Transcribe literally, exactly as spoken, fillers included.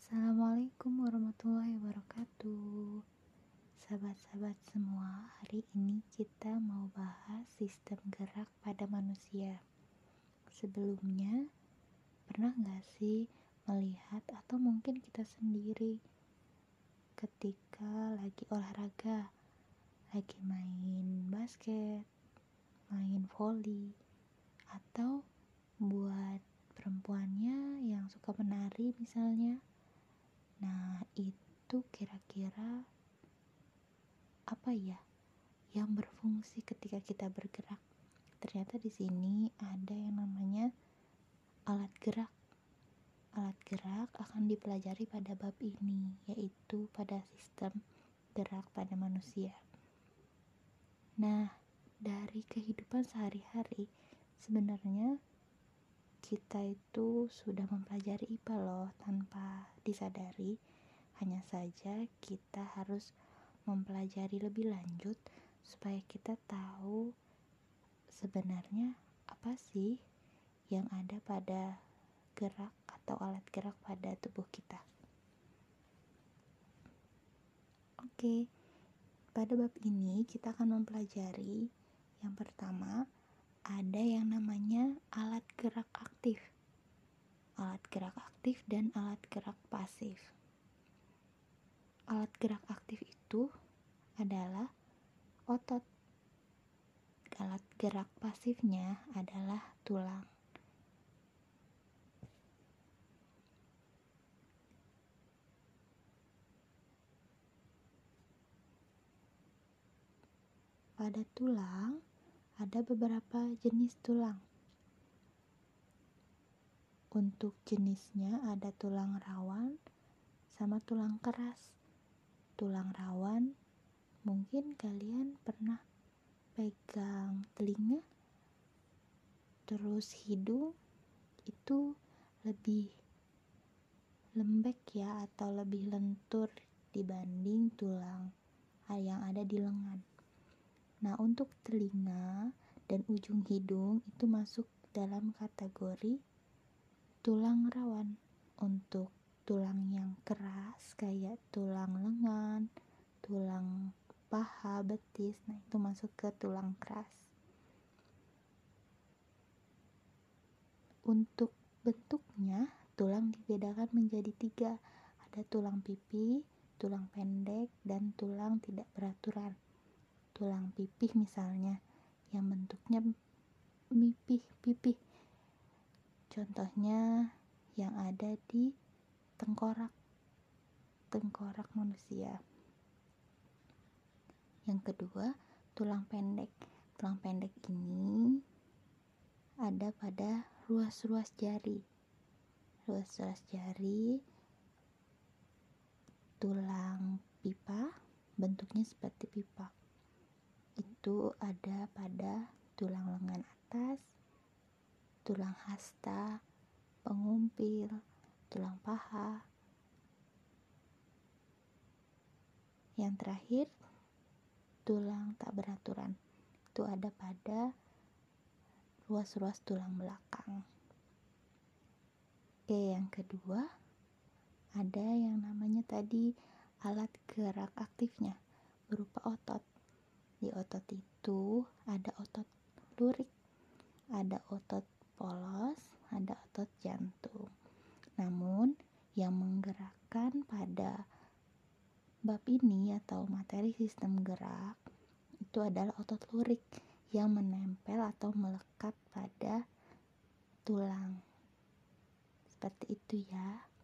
Assalamualaikum warahmatullahi wabarakatuh. Sahabat-sahabat semua, hari ini kita mau bahas sistem gerak pada manusia. Sebelumnya, pernah gak sih melihat atau mungkin kita sendiri ketika lagi olahraga, lagi main basket, main volley, atau buat perempuannya yang suka menari misalnya. Nah, itu kira-kira apa ya yang berfungsi ketika kita bergerak? Ternyata di sini ada yang namanya alat gerak. Alat gerak akan dipelajari pada bab ini, yaitu pada sistem gerak pada manusia. Nah, dari kehidupan sehari-hari, sebenarnya kita itu sudah mempelajari I P A loh tanpa disadari. Hanya saja kita harus mempelajari lebih lanjut supaya kita tahu sebenarnya apa sih yang ada pada gerak atau alat gerak pada tubuh kita. Oke, pada bab ini kita akan mempelajari yang pertama, ada yang namanya alat gerak aktif, alat gerak aktif dan alat gerak pasif. Alat gerak aktif itu adalah otot. Alat gerak pasifnya adalah tulang. Pada tulang ada beberapa jenis tulang. Untuk jenisnya ada tulang rawan sama tulang keras. Tulang rawan mungkin kalian pernah pegang telinga, terus hidung itu lebih lembek ya atau lebih lentur dibanding tulang yang ada di lengan. Nah, untuk telinga dan ujung hidung itu masuk dalam kategori tulang rawan. Untuk tulang yang keras kayak tulang lengan, tulang paha, betis, nah itu masuk ke tulang keras. Untuk bentuknya, tulang dibedakan menjadi tiga. Ada tulang pipi, tulang pendek, dan tulang tidak beraturan. Tulang pipih misalnya, yang bentuknya mipih-pipih. Contohnya yang ada di tengkorak, tengkorak manusia. Yang kedua, tulang pendek. Tulang pendek ini ada pada ruas-ruas jari. Ruas-ruas jari, tulang pipa, bentuknya seperti pipa. Itu ada pada tulang lengan atas, tulang hasta, pengumpil, tulang paha. Yang terakhir, tulang tak beraturan. Itu ada pada ruas-ruas tulang belakang. Oke, yang kedua, ada yang namanya tadi alat gerak aktifnya berupa otot. Di otot itu ada otot lurik, ada otot polos, ada otot jantung. Namun yang menggerakkan pada bab ini atau materi sistem gerak itu adalah otot lurik yang menempel atau melekat pada tulang. Seperti itu ya.